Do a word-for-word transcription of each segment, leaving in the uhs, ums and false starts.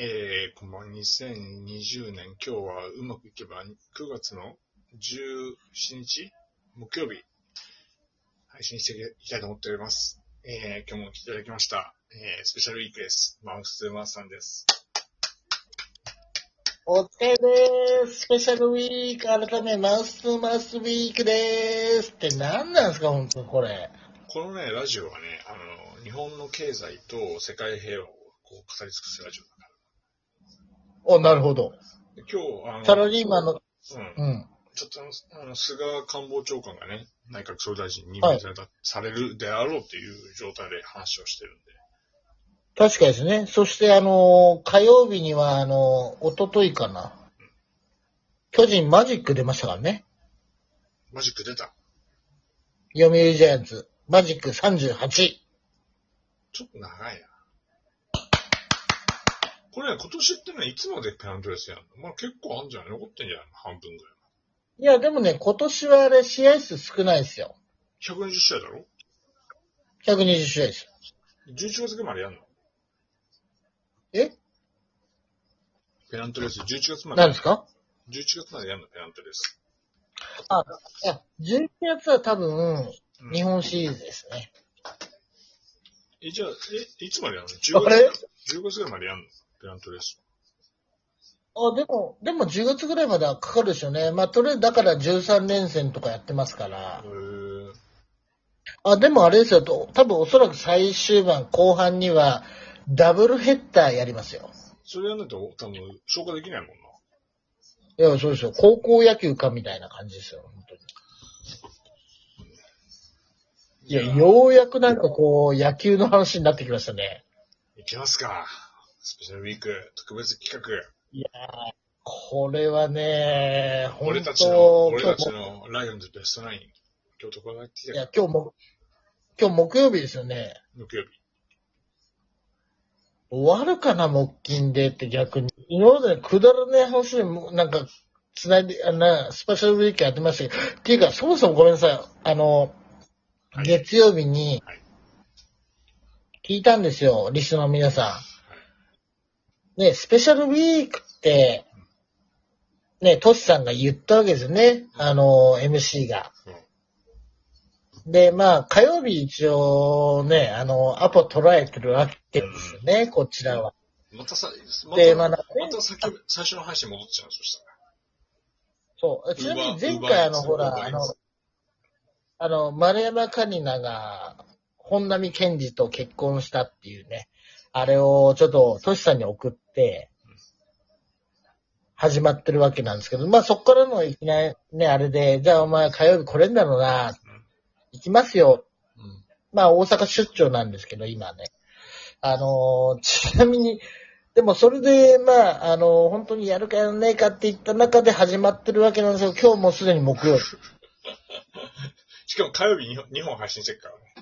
えー、こんばんは。にせんにじゅうねん、今日はうまくいけばくがつのじゅうしちにち木曜日、配信していきたいと思っております。えー、今日も来ていただきました。えー、スペシャルウィークです。マウス・マースさんです。 お疲れでーす。スペシャルウィーク、改め、マウス・マウスウィークでーす。って何なんですか、本当にこれ。 このね、ラジオはね、あの、日本の経済と世界平和をこう語り尽くすラジオだから。 お、なるほど。 今日、あの、 サラリーマンの、 うん。 うん。 ちょっとあの、菅官房長官がね、内閣総理大臣に任命された、はい、されるであろうという状態で話をしてるんで。 確かですね。そして、あの、火曜日には、あの、一昨日かな。うん、巨人マジック出ましたからね。 マジック出た。 読売ジャイアンツ、マジックさんじゅうはち。 ちょっと長いな。これ、ね、今年ってね、いつまでペナントレスやんの？まあ結構あるんじゃない？残ってんじゃないの？半分ぐらい。 いや、でもね、今年はあれ、試合数少ないですよ。 ひゃくにじゅうしあいだろ？ ひゃくにじゅうしあいです。 じゅういちがつぐらいまでやんの？ え？ ペナントレースじゅういちがつまで。 何ですか？ じゅういちがつまでやんの、ペナントレース。 あ、いや、じゅういちがつは多分、日本シリーズですね。 うん、え、じゃあ、え、いつまでやんの？ じゅう 月。あれ ?じゅう 月ぐらいまでやんの？ペナントレース。 あ、でも、でもじゅうがつぐらいまではかかるでしょうね。まあ、とりあえずだからじゅうさんれんせんとかやってますから。 へー。 あ、でもあれですよ、多分おそらく最終盤後半にはダブルヘッダーやりますよ。 それやんないと多分消化できないもんな。 いや、そうですよ。高校野球かみたいな感じですよ、本当に。いや、ようやくなんかこう、野球の話になってきましたね。 いきますか。スペシャルウィーク特別企画。 いやー、これはね、本当俺たちの、俺たちのライオンズベストナイン。今日とこがってきた。 いや、今日も、今日木曜日ですよね。 木曜日。 終わるかな、木金でって逆に。今までくだらねえ話でも、なんか、つないで、あの、スペシャルウィークやってましたけど、っていうか、そもそもごめんなさい。あの、はい、月曜日に、聞いたんですよ、リスナーの皆さん。はい、ね、スペシャルウィークって、ね、トシさんが言ったわけですよね、あの、エムシー が。で、まあ、火曜日一応ね、あの、アポ捉えてるわけですよね、うん、こちらは。 またさ、また、また、また先、最初の配信戻っちゃう、そしたら。 そう。ちなみに前回あの、ほら、あの、あの、丸山カニナが、本並健二と結婚したっていうね、あれをちょっと、トシさんに送って、始まってるわけなんですけど、まあそっからのいきなりね、あれで、じゃあお前火曜日来れんだろうな、行きますよ。うん、まあ大阪出張なんですけど、今ね。あのー、ちなみに、でもそれで、まあ、あのー、本当にやるかやらないかって言った中で始まってるわけなんですけど、今日もすでに木曜日。 しかも火曜日にほん、にほん配信してる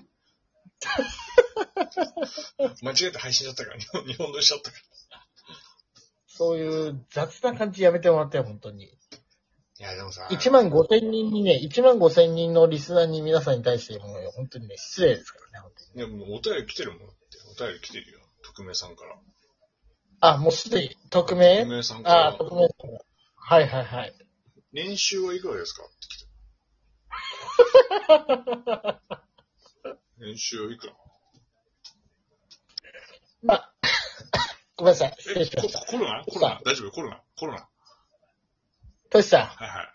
からね。間違えて配信しちゃったから、にほん、にほん撮りしちゃったから。 そういう雑な感じやめてもらってよ、本当に。いや、でもさ。 いちまんごせんにんにね、いちまんごせんにんのリスナーに皆さんに対して、もう本当にね、失礼ですからね、本当に。いや、もうお便り来てるもんって。お便り来てるよ。匿名さんから。 あ、もうすでに、匿名匿名さんから。 あ、匿名さん。はいはいはい。 年収はいくらですかって来て。年収はいくらまあ、ごめんなさい。失礼しました。 コロナコロナ大丈夫コロナコロナトシさん。 はいはい。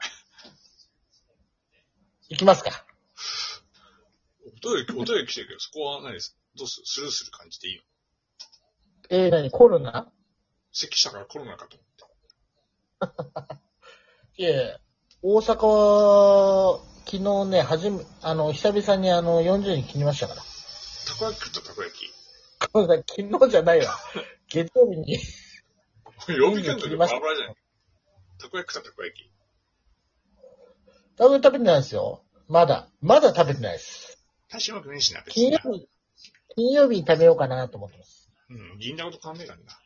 行きますか。 お便り、お便り来てるけど、そこは何です、どうするスルーする感じでいいの？ えー、何コロナ？ 咳したからコロナかと思って。いや大阪は、昨日ね、はじめ、あの、久々にあの、よんじゅうにん切りましたから。 たこ焼き食ったたこ焼き。 ごめんなさい、昨日じゃないわ。月曜日に。 曜日間隔でバラバラじゃん。たこ焼き食ったたこ焼き。 多分食べてないですよ。まだ。まだ食べてないです。 大してうまくねえしな、別に。金曜日、金曜日に食べようかなと思ってます。 うん、銀だこと変わんねえからな。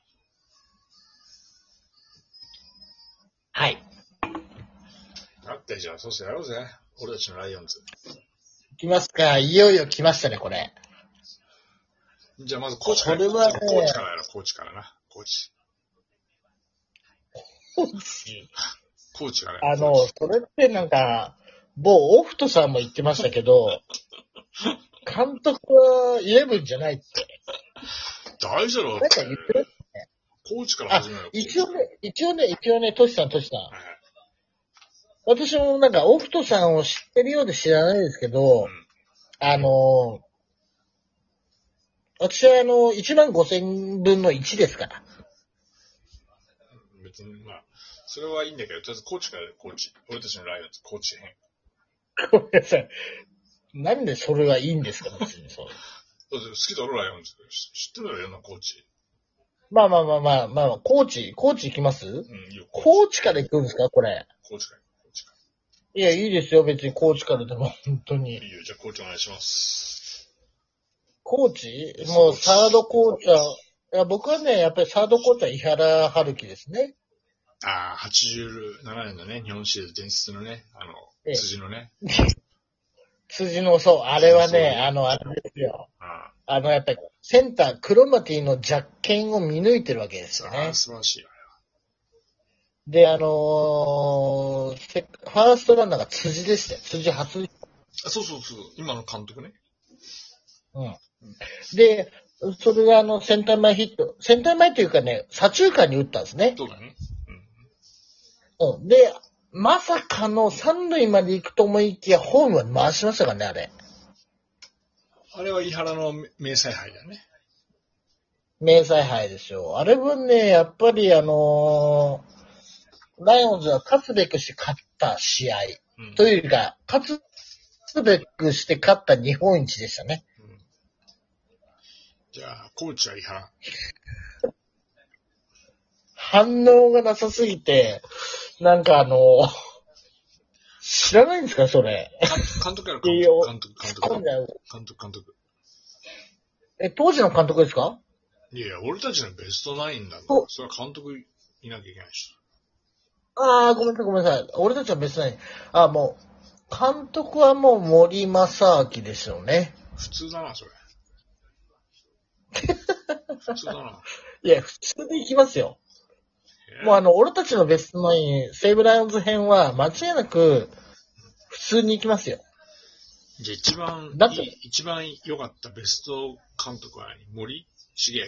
はい。 だって、じゃあ、そうしてやろうぜ。俺たちのライオンズ。 来ますか。いよいよ来ましたね、これ。 じゃあ、まず、コーチから。 これはね、 コーチからやろう、コーチからな。コーチ。 ーチ。 コーチがね。 あの、それってなんか、某オフトさんも言ってましたけど、監督はイレブンじゃないって。 大丈夫なんか言ってるコーチからあ始めるよ。、 一応ね、一応ね、一応ね、トシさん、トシさん。 はいはい。 私もなんかオフトさんを知ってるようで知らないですけど、 うん。 あの、私はあの、いちまんごせんぶんのいちですから。 別に、まあ、それはいいんだけど、とりあえずコーチからコーチ。俺たちのライオンズ、コーチ編。 ごめんなさい。なんでそれがいいんですか、別にそう。 だって好きだろ、ライオンズ。知ってるだろ、いろんなコーチ。 まあまあまあまあ、まあ、コーチ、コーチ行きますうん、いいよ、 コーチから行くんですか、これ。 コーチから。コーチかいや、いいですよ、別にコーチからでも、本当ら。 に。 いいよ、じゃあコーチお願いします。 コーチもうサードコーチは、いや僕はね、やっぱりサードコーチは井原春樹ですね。 ああ、はちじゅうななねんのね、日本シリーズ伝説のね、あの、 ええ辻のね。 辻の、そう、あれはそうね、あの、あれですよ。 ああの、やっぱり、センター、クロマティの弱点を見抜いてるわけですよねあ、。素晴らしい。 で、あのー、ファーストランナーが辻でしたよ。辻初。 あ、そうそうそう、今の監督ね。 うん。で、それがあの、センター前ヒット。センター前というかね、左中間に打ったんですね。 そうだね。 うん。で、まさかの三塁まで行くと思いきや、ホームは回しましたからね、あれ。 あれは井原の名采配だね。 名采配ですよ。あれはね、やっぱりあのーライオンズは勝つべくして勝った試合。 うん。 というか、勝つべくして勝った日本一でしたね。 うん、じゃあ、コーチは井原。 反応がなさすぎて、なんかあのー知らないんですか、それ。 監督やろ、 いいよ監督、監督、 突っ込ん監督。 じゃう監督、監督。 え、当時の監督ですか？ いやいや、俺たちのベストナインだからお、 それは監督いなきゃいけないし。 ああ、ごめんなさい、ごめんなさい。俺たちは別に。ああ、もう、監督はもう森正明ですよね。 普通だな、それ。普通だな。 いや、普通で行きますよ。もうあの、俺たちのベストナイン、西武ライオンズ編は間違いなく、普通に行きますよ。 じゃあ一番だっていい、一番良かったベスト監督は森重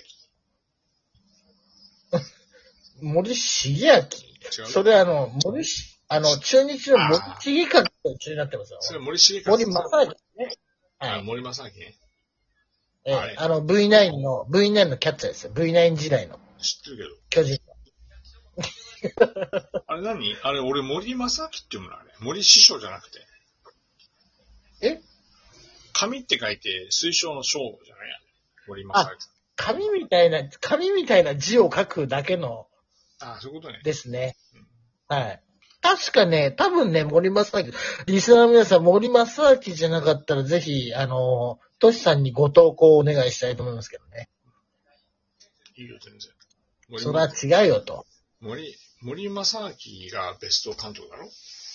明。 森重明。 違うそれあの、森し、あの、中日の森重明と一緒になってますよ。 それ森重明。 森正明ね。はあ、 い。 森正明ね。 えあれあの、ブイナイン の、ブイナイン のキャッチャーですよ。ブイナイン 時代の知ってるけど。 巨人の。 あれ何あれ、俺森正明って読むのあれ。森師匠じゃなくて。 え紙って書いて、水晶の章じゃないや。森正明。 紙みたいな、紙みたいな字を書くだけのああ、そういうことね。 ですね。はい。確かね、多分ね、森正明、リスナーの皆さん、森正明じゃなかったら、ぜひ、あの、トシさんにご投稿お願いしたいと思いますけどね。 いいよ、全然。森それは違うよと。 森、森正明がベスト監督だろ？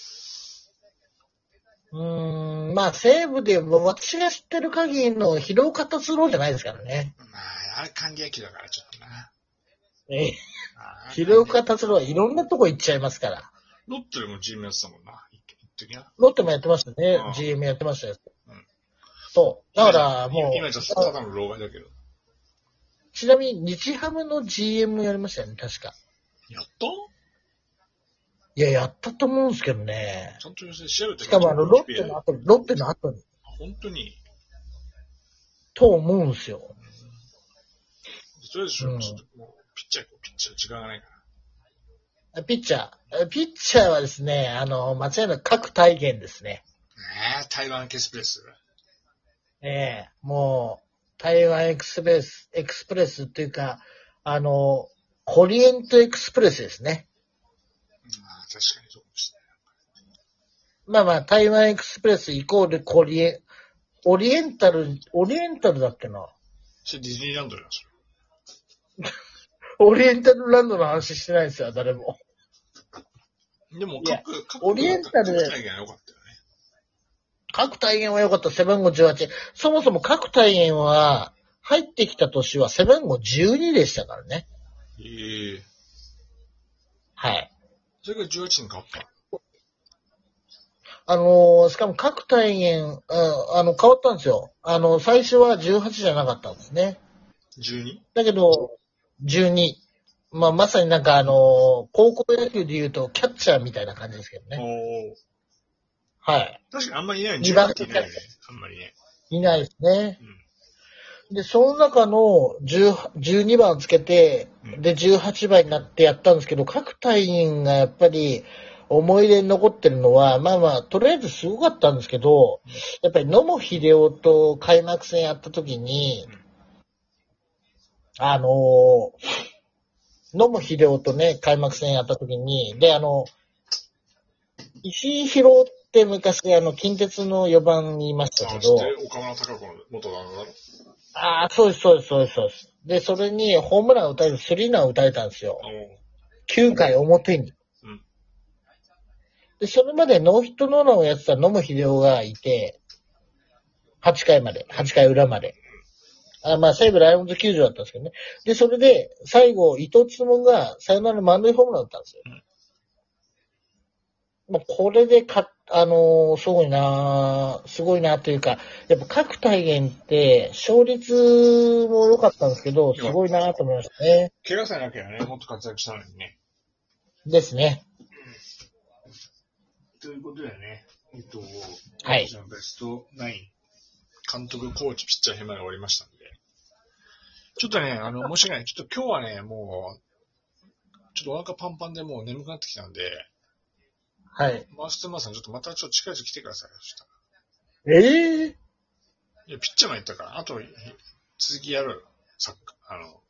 うーん、まあ、西武で、私が知ってる限りの疲労型スローじゃないですからね。 まあ、あれ管理野球だからちょっとな。 ええ。 ああ疲労型スローはいろんなとこ行っちゃいますから。 ロッテでも ジーエム やってたもんな。一時な。 ロッテもやってましたねう。んジーエム やってましたよ。 うんそう。だから、もう、 今じゃただの老害だけど。 ちなみに、日ハムの ジーエム やりましたよね、確か。 やったいや、やったと思うんですけどね。 ちゃんと調べてしかも、あの、ロッテの後に、ロッテの後に、 本当に。 と思うんですよ。 とりあえず、 うんちょっともう、ピッチャー行こう、ピッチャー時間がないから。 ピッチャー。ピッチャーはですね、あの、間違いなく各体現ですね。 ええ台湾エキスプレス。 ええもう、台湾エクスプレス、エクスプレスっていうか、あの、コリエントエクスプレスですね。 まあ、確かにそうかもしれない。 まあまあ、台湾エクスプレスイコールコリエ、オリエンタル、オリエンタルだっけな。 それディズニーランドだよ、それ。 オリエンタルランドの話してないですよ、誰も。 でも、 いや各、各、 オリエンタル各体験は良かったよね。 各体現は良かった、背番号じゅうはち。そもそも各体現は、入ってきた年は背番号じゅうにでしたからね。 ええはい。 それがじゅうはちに変わった。 あのー、しかも各体現、ああの、変わったんですよ。あの、最初はじゅうはちじゃなかったんですね。 じゅうに? だけど、じゅうに。まあ、まさになんかあのー、高校野球で言うとキャッチャーみたいな感じですけどね。 おー。 はい。 確かにあんまりいない。にばんっていないよね。あんまりね。 いないですね。 うん、 で、その中のじゅう、じゅうにばんつけて、で、じゅうはちばいになってやったんですけど、各隊員がやっぱり思い出に残ってるのは、まあまあ、とりあえずすごかったんですけど、やっぱり野茂英雄と開幕戦やった時に、あのー、野茂英雄とね、開幕戦やった時に、で、あの、石井宏って昔、あの、近鉄のよばんにいましたけど、 岡村孝子の元旦那だろ。 ああ、そうです、そうです、そうです、そうです。で、それにホームラン打たれる、スリーラン打たれたんですよ。きゅうかい表に。うん、で、それまでノーヒットノーランをやってた野茂英雄がいて、はちかいまで、はちかい裏まで。あまあ、西武ライオンズ球場だったんですけどね。で、それで、最後、伊藤つもがサヨナラ満塁ホームラン打ったんですよ。うん、まあ、これでか、あのー、すごいなすごいなというか、やっぱ各体現って、勝率も良かったんですけど、すごいなと思いましたね。 怪我さえなきゃね、もっと活躍したのにね。 ですね。 うん、ということでね、えっと、 はい。 ベストナイン、監督、コーチ、ピッチャー編まで終わりましたんで。ちょっとね、あの、申し訳ない。ちょっと今日はね、もう、ちょっとお腹パンパンでもう眠くなってきたんで、 はい。 マーストマーさん、ちょっとまたちょっと近々来てください。そしたら。ええー、 いや、ピッチャーも言ったから、あと、続きやるよ。サッカー、あの、